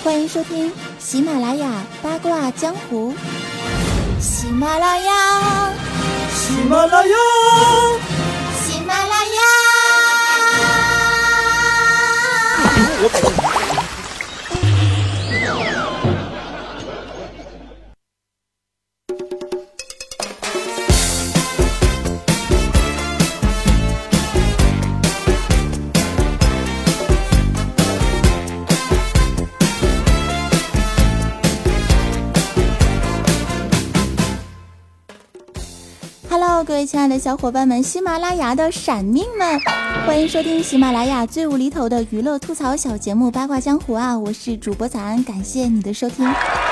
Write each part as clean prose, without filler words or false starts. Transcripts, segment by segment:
欢迎收听喜马拉雅八卦江湖。喜马拉雅， 喜马拉雅， 喜马拉雅。Hello， 各位亲爱的小伙伴们，喜马拉雅的闪命们，欢迎收听喜马拉雅最无厘头的娱乐吐槽小节目《八卦江湖》啊！我是主播早安，感谢你的收听。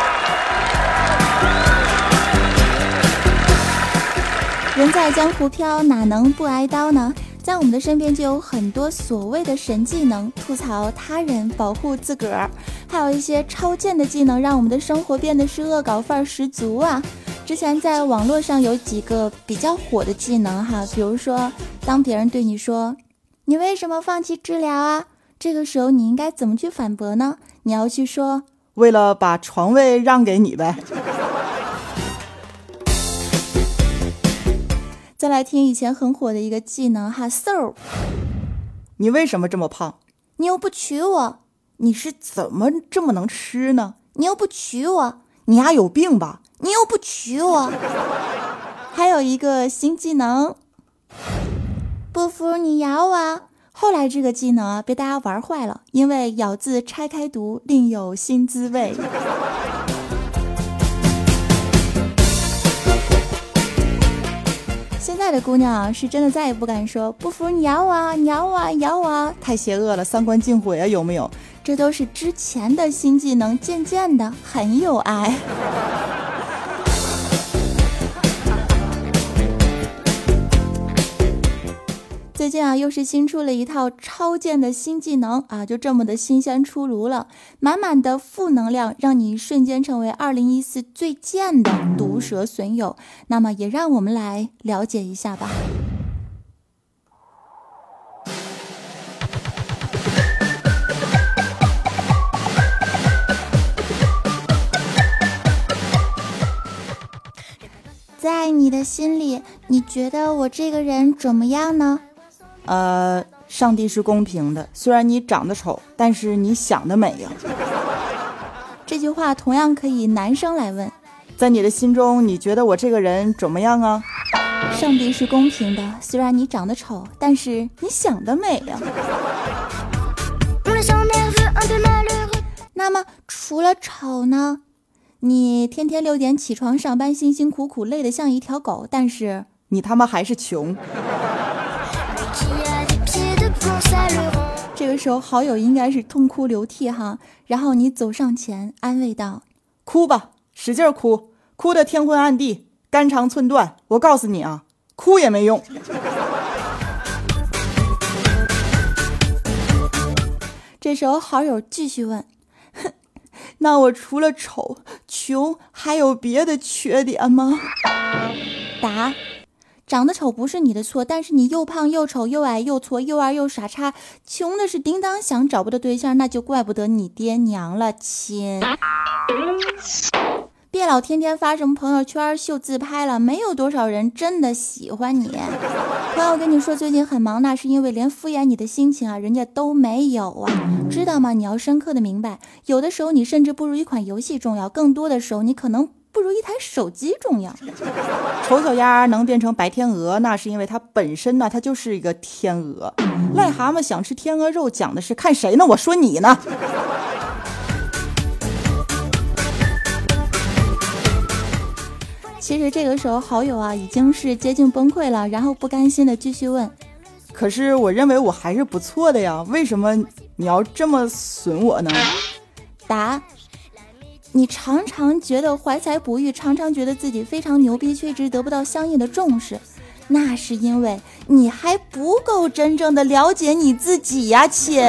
人在江湖飘，哪能不挨刀呢？在我们的身边就有很多所谓的神技能，吐槽他人，保护自个儿，还有一些超贱的技能，让我们的生活变得是恶搞范儿十足啊！之前在网络上有几个比较火的技能哈，比如说当别人对你说你为什么放弃治疗啊，这个时候你应该怎么去反驳呢？你要去说为了把床位让给你呗。 再来听以前很火的一个技能哈 ，So， 你为什么这么胖？ 你又不娶我， 你是怎么这么能吃呢？ 你又不娶我， 你丫有病吧？ 你又不娶我。还有一个新技能，不服你咬我。后来这个技能啊被大家玩坏了，因为咬字拆开读另有新滋味。现在的姑娘啊是真的再也不敢说不服你咬我，你咬我，咬我， 太邪恶了，三观尽毁啊，有没有？ 这都是之前的新技能，渐渐的很有爱。最近啊，又是新出了一套超贱的新技能啊，就这么的新鲜出炉了，满满的负能量，让你瞬间成为2014最贱的毒舌损友。那么也让我们来了解一下吧。在你的心里，你觉得我这个人怎么样呢？ 上帝是公平的，虽然你长得丑，但是你想得美呀。 这句话同样可以男生来问。 在你的心中，你觉得我这个人怎么样啊？ 上帝是公平的，虽然你长得丑，但是你想得美呀。那么除了丑呢？你天天6点起床上班，辛辛苦苦累得像一条狗，但是你他妈还是穷。 这个时候好友应该是痛哭流涕哈，然后你走上前安慰道： 哭吧，使劲哭，哭得天昏暗地，肝肠寸断，我告诉你啊，哭也没用。 这时候好友继续问，那我除了丑穷还有别的缺点吗？答：长得丑不是你的错，但是你又胖又丑又矮又矬又二又傻叉，穷的是叮当响，找不到对象那就怪不得你爹娘了亲。别老天天发什么朋友圈秀自拍了，没有多少人真的喜欢你。朋友跟你说最近很忙，那是因为连敷衍你的心情啊人家都没有啊，知道吗？你要深刻的明白，有的时候你甚至不如一款游戏重要，更多的时候你可能不如一台手机重要。 丑小鸭能变成白天鹅，那是因为它本身呢，它就是一个天鹅。癞蛤蟆想吃天鹅肉，讲的是看谁呢？我说你呢。 其实这个时候好友啊已经是接近崩溃了，然后不甘心的继续问， 可是我认为我还是不错的呀，为什么你要这么损我呢？ 答：你常常觉得怀才不遇，常常觉得自己非常牛逼，却一直得不到相应的重视，那是因为你还不够真正的了解你自己呀，亲。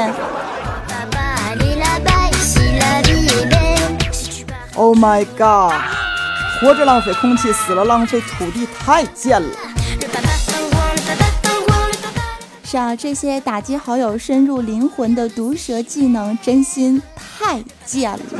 Oh my god， 活着浪费空气，死了浪费土地，太贱了。 是啊，这些打击好友深入灵魂的毒舌技能，真心太贱了。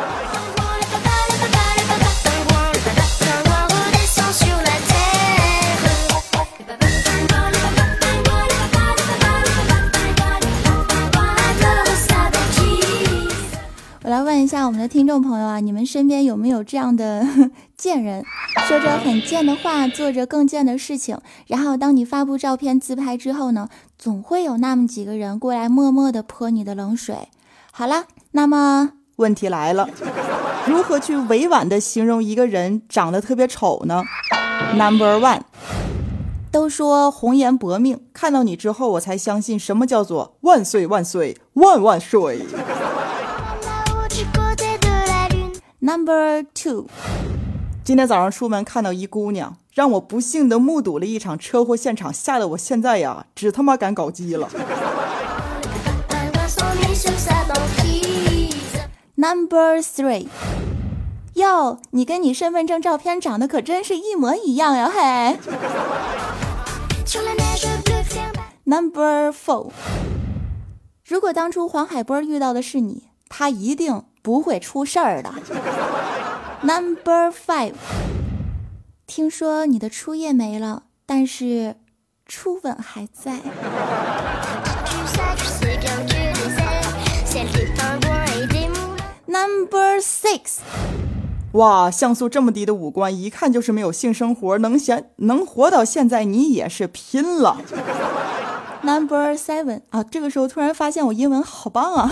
我来问一下我们的听众朋友啊，你们身边有没有这样的贱人，说着很贱的话，做着更贱的事情，然后当你发布照片自拍之后呢，总会有那么几个人过来默默的泼你的冷水。好了，那么问题来了，如何去委婉的形容一个人长得特别丑呢？ Number one， 都说红颜薄命，看到你之后我才相信什么叫做万岁万岁万万岁。 Number two， 今天早上出门看到一姑娘，让我不幸的目睹了一场车祸现场，吓得我现在呀只他妈敢搞基了。 Number three， 哟，你跟你身份证照片长得可真是一模一样呀嘿。Number four， 如果当初黄海波遇到的是你，他一定不会出事儿的。Number five， 听说你的初夜没了，但是初吻还在。Number six， 哇，像素这么低的五官，一看就是没有性生活，能活到现在，你也是拼了。 Number seven， 啊，这个时候突然发现我英文好棒啊。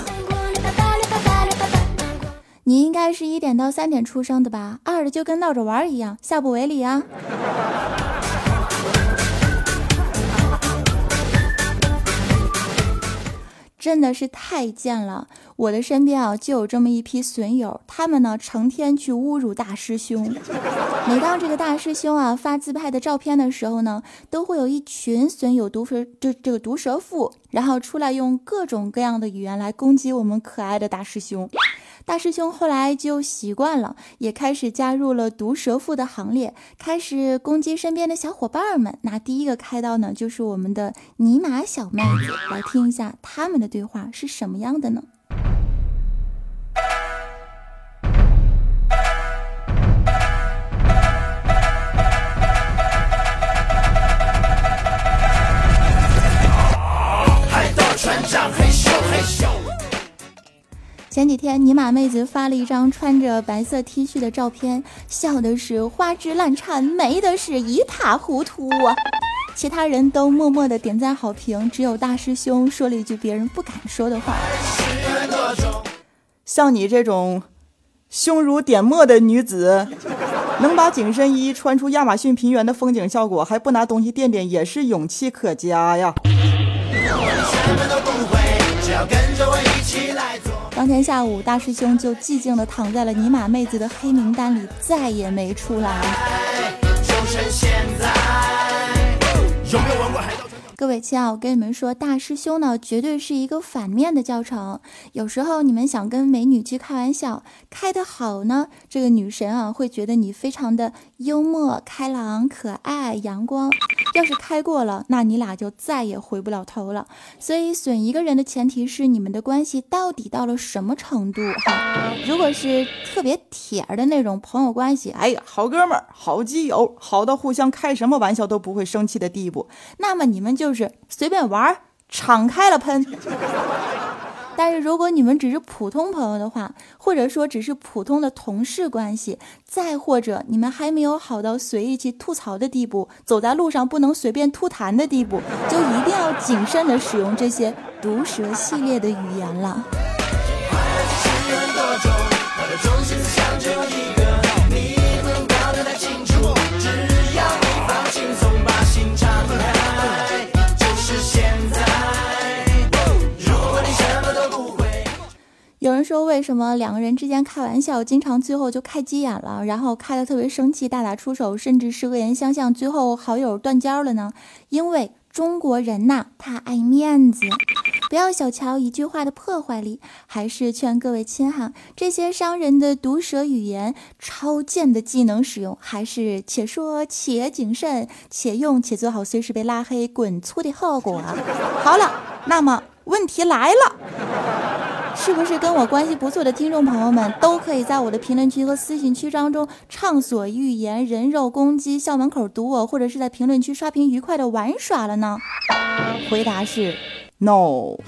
你应该是1点到3点出生的吧？2的就跟闹着玩一样，下不为例啊。真的是太贱了！我的身边啊，就有这么一批损友，他们呢成天去侮辱大师兄。每当这个大师兄啊发自拍的照片的时候呢，都会有一群损友毒舌妇，然后出来用各种各样的语言来攻击我们可爱的大师兄。大师兄后来就习惯了，也开始加入了毒舌妇的行列，开始攻击身边的小伙伴们。那第一个开刀呢，就是我们的尼玛小妹子。来听一下他们的对话是什么样的呢？ 海盗船长嘿咻嘿咻。 前几天尼玛妹子发了一张穿着白色 T 恤的照片，笑的是花枝乱颤，美的是一塌糊涂啊！其他人都默默的点赞好评，只有大师兄说了一句别人不敢说的话。 像你这种胸如点墨的女子，能把紧身衣穿出亚马逊平原的风景效果，还不拿东西垫垫，也是勇气可嘉呀。 当天下午，大师兄就寂静地躺在了尼玛妹子的黑名单里，再也没出来。各位亲爱，我跟你们说，大师兄呢绝对是一个反面的教程。有时候你们想跟美女去开玩笑，开得好呢，这个女神啊会觉得你非常的幽默、开朗、可爱、阳光。要是开过了，那你俩就再也回不了头了。所以损一个人的前提是你们的关系到底到了什么程度哈。如果是特别铁的那种朋友关系， 哎呀，好哥们儿、好基友，好到互相开什么玩笑都不会生气的地步， 那么你们就是随便玩，敞开了喷。但是如果你们只是普通朋友的话，或者说只是普通的同事关系，再或者你们还没有好到随意去吐槽的地步，走在路上不能随便吐痰的地步，就一定要谨慎的使用这些毒舌系列的语言了。有人说为什么两个人之间开玩笑经常最后就开急眼了，然后开得特别生气，大打出手，甚至是恶言相向，最后好友断交了呢？因为中国人呐，他爱面子，不要小瞧一句话的破坏力。还是劝各位亲哈，这些伤人的毒舌语言、超贱的技能使用，还是且说且谨慎，且用且做好随时被拉黑滚粗的后果。好了，那么问题来了， 是不是跟我关系不错的听众朋友们都可以在我的评论区和私信区当中畅所欲言，人肉攻击，校门口堵我，或者是在评论区刷屏愉快的玩耍了呢？回答是 no。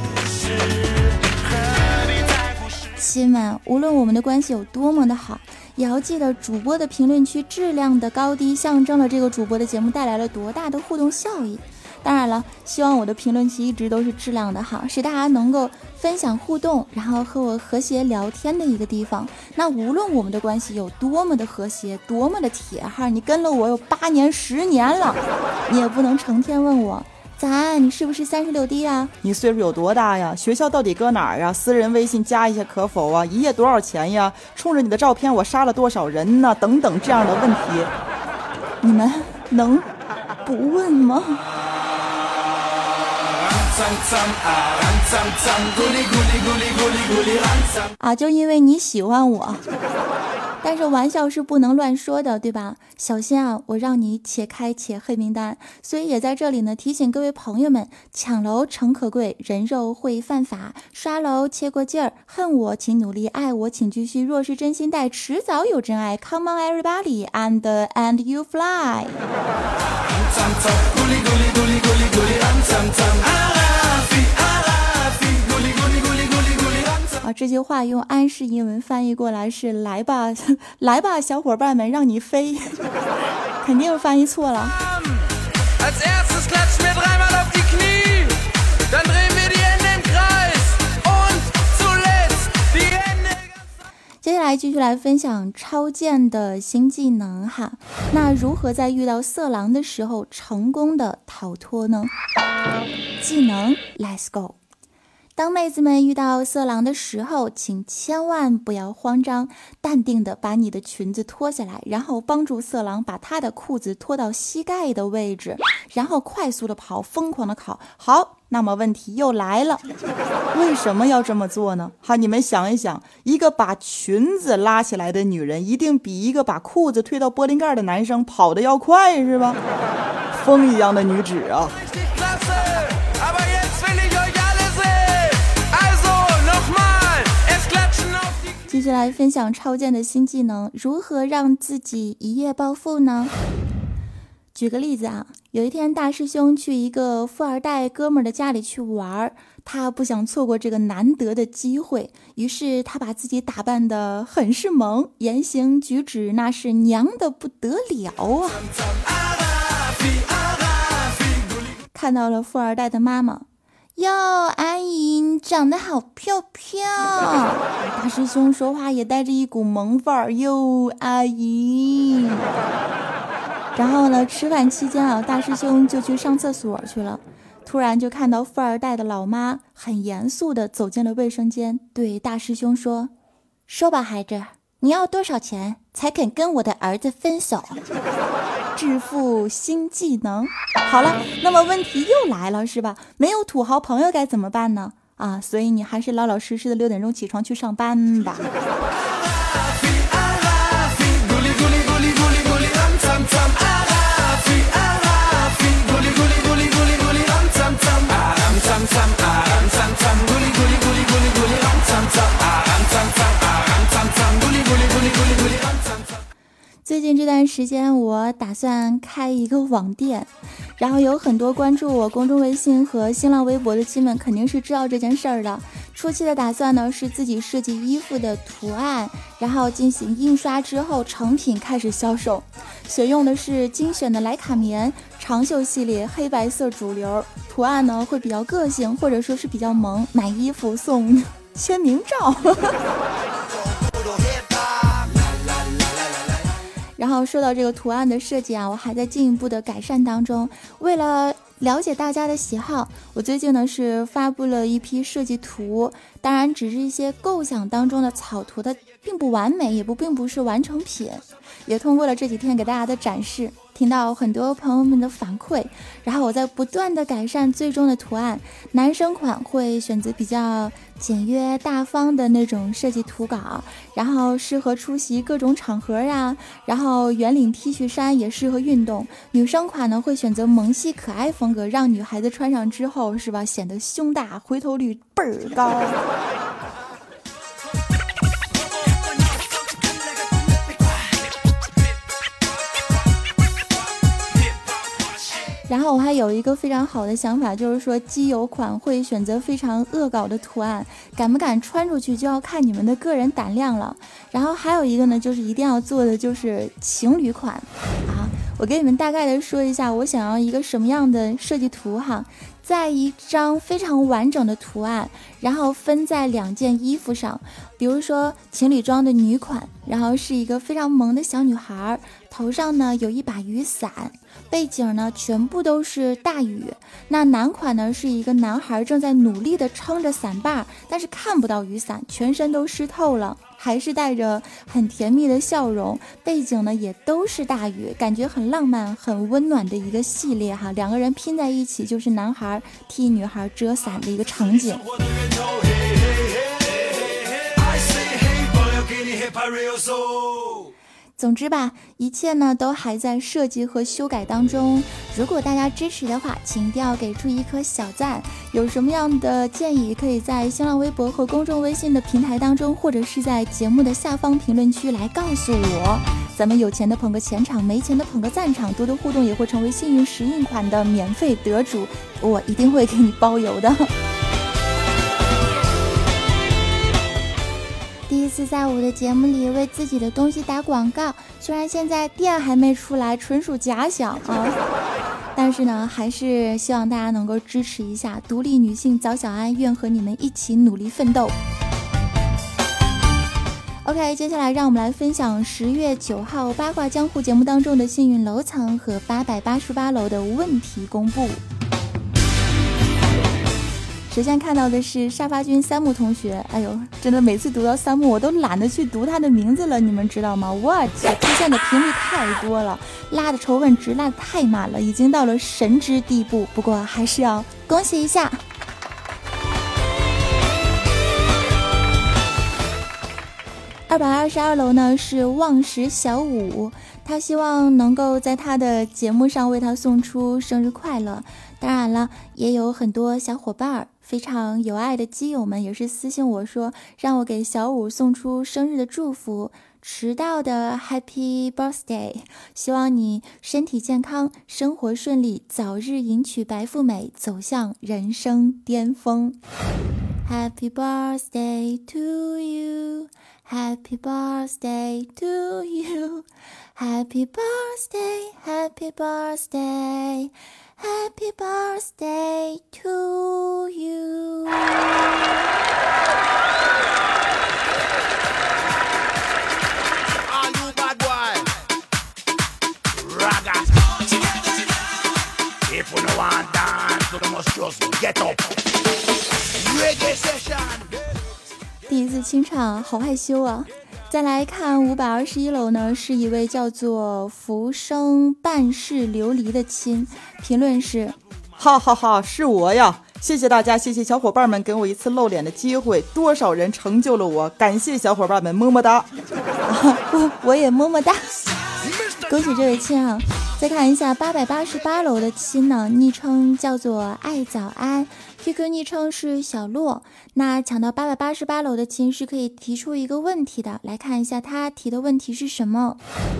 亲们，无论我们的关系有多么的好，也要记得主播的评论区质量的高低象征了这个主播的节目带来了多大的互动效益。当然了，希望我的评论区一直都是质量的好，是大家能够分享互动，然后和我和谐聊天的一个地方。那无论我们的关系有多么的和谐，多么的铁哈，你跟了我有8年10年了，你也不能成天问我你是不是36D 啊？ 你岁数有多大呀？学校到底搁哪儿啊？私人微信加一下可否啊？一夜多少钱呀？冲着你的照片我杀了多少人呢？等等这样的问题，你们能不问吗？就因为你喜欢我，但是玩笑是不能乱说的，对吧？小心啊，我让你且开且黑名单。所以也在这里呢，提醒各位朋友们，抢楼诚可贵，人肉会犯法，刷楼切过劲儿，恨我请努力，爱我请继续，若是真心待，迟早有真爱。 Come on everybody and you fly。 这句话用安式英文翻译过来是来吧来吧小伙伴们，让你飞肯定翻译错了。接下来继续来分享超贱的新技能哈。那如何在遇到色狼的时候成功的逃脱呢？技能 Let's go。当妹子们遇到色狼的时候，请千万不要慌张，淡定的把你的裙子脱下来，然后帮助色狼把他的裤子脱到膝盖的位置，然后快速的跑，疯狂的跑。好，那么问题又来了，为什么要这么做呢？你们想一想，一个把裙子拉起来的女人一定比一个把裤子推到玻璃盖的男生跑得要快，是吧？风一样的女子啊。继续来分享超贱的新技能，如何让自己一夜暴富呢？举个例子啊，有一天大师兄去一个富二代哥们儿的家里去玩，他不想错过这个难得的机会，于是他把自己打扮得很是萌，言行举止那是娘的不得了啊。看到了富二代的妈妈，哟，阿姨，你长得好漂亮。大师兄说话也带着一股萌范儿，哟，阿姨。然后呢，吃饭期间啊，大师兄就去上厕所去了。突然就看到富二代的老妈很严肃地走进了卫生间，对大师兄说：“说吧，孩子，你要多少钱才肯跟我的儿子分手？”致富新技能。好了，那么问题又来了，是吧？没有土豪朋友该怎么办呢？所以你还是老老实实的6点钟起床去上班吧。最近这段时间我打算开一个网店，然后有很多关注我公众微信和新浪微博的亲们肯定是知道这件事儿的。初期的打算呢是自己设计衣服的图案，然后进行印刷之后成品开始销售。选用的是精选的莱卡棉长袖系列，黑白色主流，图案呢会比较个性或者说是比较萌，买衣服送签名照。然后说到这个图案的设计啊，我还在进一步的改善当中。为了了解大家的喜好，我最近呢是发布了一批设计图，当然只是一些构想当中的草图，的并不完美，也并不是完成品。也通过了这几天给大家的展示，听到很多朋友们的反馈，然后我在不断的改善最终的图案。男生款会选择比较简约大方的那种设计图稿，然后适合出席各种场合啊，然后圆领 T 恤衫也适合运动。女生款呢会选择萌系可爱风格，让女孩子穿上之后是吧显得胸大，回头率倍儿高。 然后我还有一个非常好的想法，就是说基友款会选择非常恶搞的图案，敢不敢穿出去就要看你们的个人胆量了。然后还有一个呢，就是一定要做的就是情侣款啊。我给你们大概的说一下我想要一个什么样的设计图哈，在一张非常完整的图案，然后分在2件衣服上，比如说情侣装的女款，然后是一个非常萌的小女孩，头上呢有一把雨伞，背景呢全部都是大雨。那男款呢是一个男孩正在努力的撑着伞把，但是看不到雨伞，全身都湿透了，还是带着很甜蜜的笑容，背景呢也都是大雨，感觉很浪漫很温暖的一个系列哈。2个人拼在一起就是男孩替女孩遮伞的一个场景。总之吧，一切呢都还在设计和修改当中。如果大家支持的话，请一定要给出一颗小赞。有什么样的建议，可以在新浪微博和公众微信的平台当中，或者是在节目的下方评论区来告诉我。咱们有钱的捧个钱场，没钱的捧个赞场，多多互动也会成为幸运实印款的免费得主，我一定会给你包邮的。第一次在我的节目里为自己的东西打广告，虽然现在店还没出来，纯属假想啊，但是呢，还是希望大家能够支持一下独立女性早小安，愿和你们一起努力奋斗。OK， 接下来让我们来分享10月9号八卦江湖节目当中的幸运楼层和888楼的问题公布。首先看到的是沙发君三木同学，哎呦，真的每次读到三木我都懒得去读他的名字了，你们知道吗？我去，出现的频率太多了，拉的仇恨值拉的太满了，已经到了神之地步。不过还是要恭喜一下。222楼呢是望石小五，他希望能够在他的节目上为他送出生日快乐。当然了，也有很多小伙伴非常有爱的基友们也是私信我说，让我给小五送出生日的祝福，迟到的 Happy Birthday， 希望你身体健康，生活顺利，早日迎娶白富美，走向人生巅峰。Happy birthday to you, Happy birthday to you, Happy birthday, Happy birthday, Happy birthday to you. All you bad boy, raga. If you no want dance, you must just get up. Reggae session. 第一次清唱，好害羞啊！再来看521楼呢，是一位叫做浮生半世流离的亲，评论是： 哈哈哈，是我呀！谢谢大家，谢谢小伙伴们给我一次露脸的机会，多少人成就了我，感谢小伙伴们，么么哒！ 我也么么哒！恭喜这位亲啊！再看一下888楼的亲呢，昵称叫做爱早安。QQ 昵称是小洛，那抢到888楼的亲是可以提出一个问题的，来看一下他提的问题是什么。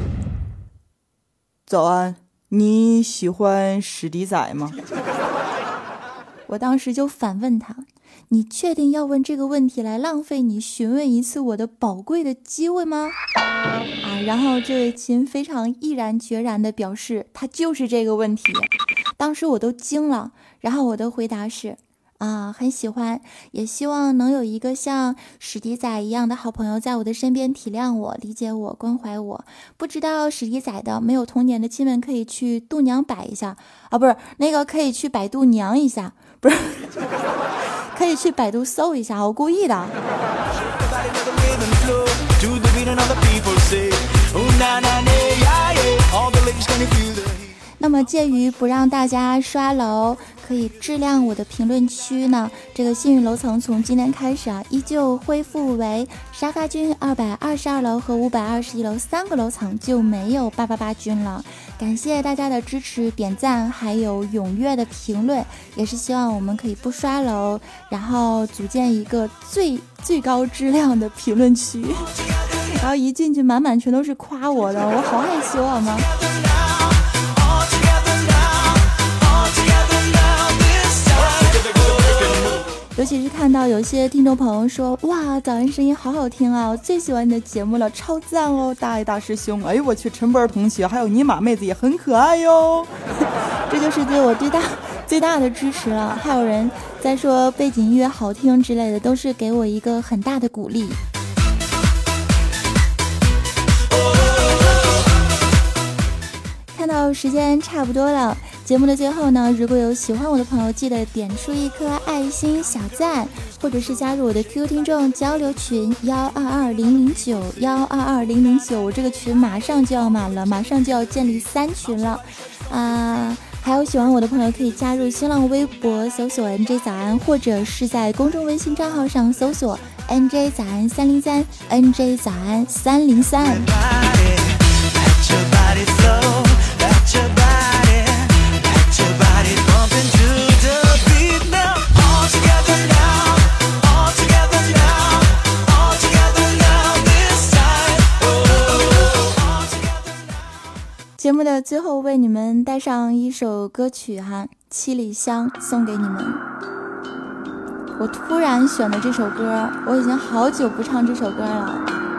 早安，你喜欢史迪仔吗？ 我当时就反问他，你确定要问这个问题来浪费你询问一次我的宝贵的机会吗？然后这位亲非常毅然决然地表示他就是这个问题，当时我都惊了，然后我的回答是很喜欢，也希望能有一个像史迪仔一样的好朋友在我的身边体谅我、理解我、关怀我。不知道史迪仔的没有童年的亲们可以去度娘摆一下不是那个可以去百度娘一下，不是可以去百度搜一下，我故意的。那么介于不让大家刷楼，可以质量我的评论区呢，这个幸运楼层从今天开始依旧恢复为沙发君222楼和521楼3个楼层，就没有888君了。感谢大家的支持、点赞还有踊跃的评论，也是希望我们可以不刷楼，然后组建一个最高质量的评论区。然后一进去满满全都是夸我的，我好害羞啊吗？ 尤其是看到有些听众朋友说，哇，早安声音好好听啊，我最喜欢你的节目了，超赞哦！ 大爷大师兄，哎呦我去，陈波同学还有尼玛妹子也很可爱哟， 这就是对我最大的支持了。还有人在说背景音乐好听之类的，都是给我一个很大的鼓励。看到时间差不多了，节目的最后呢，如果有喜欢我的朋友，记得点出一颗爱心小赞，或者是加入我的 QQ 听众交流群122009，122009，我这个群马上就要满了，马上就要建立3群了啊！还有喜欢我的朋友可以加入新浪微博搜索 NJ 早安，或者是在公众微信账号上搜索 NJ 早安303 NJ 早安303。节目的最后为你们带上一首歌曲哈，七里香送给你们。我突然选的这首歌，我已经好久不唱这首歌了。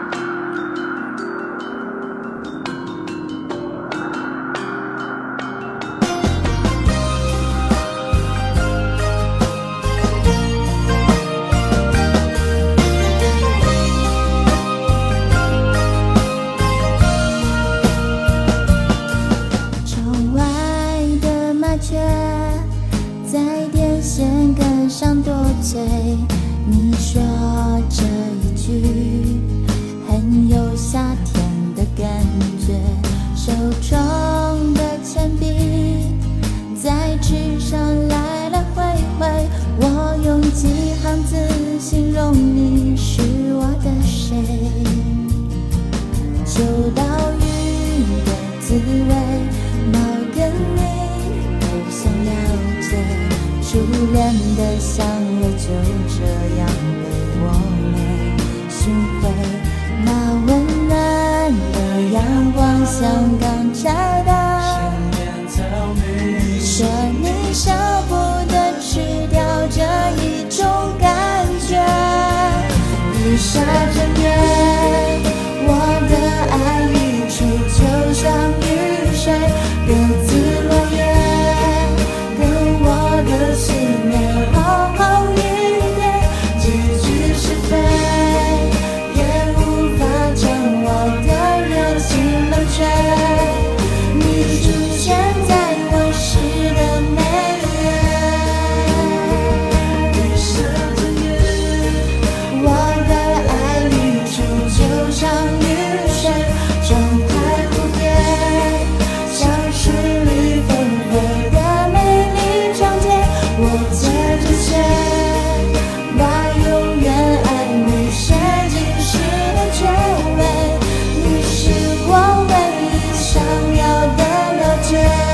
你说这一句很有夏天的感觉，手中的铅笔在纸上来来回回，我用几行字形容你是我的谁，秋刀鱼的滋味毛跟你都想了解，初恋的香味就这样被我们寻回，那温暖的阳光像刚炸的，你说你舍不得吃掉这一种感觉，一刹着面，我的爱溢出就像雨水，各自落叶，跟我的思念好好一点，几句是非也无法将我的热情冷却，你出现在我诗的每页，我的爱溢出就像雨水，状态蝴蝶，像是绿纷飞的美丽章节，我借着写，把永远爱你写进诗的结尾，你是我唯一想要的了解。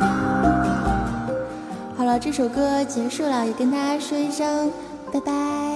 好了，这首歌结束了，也跟大家说一声拜拜。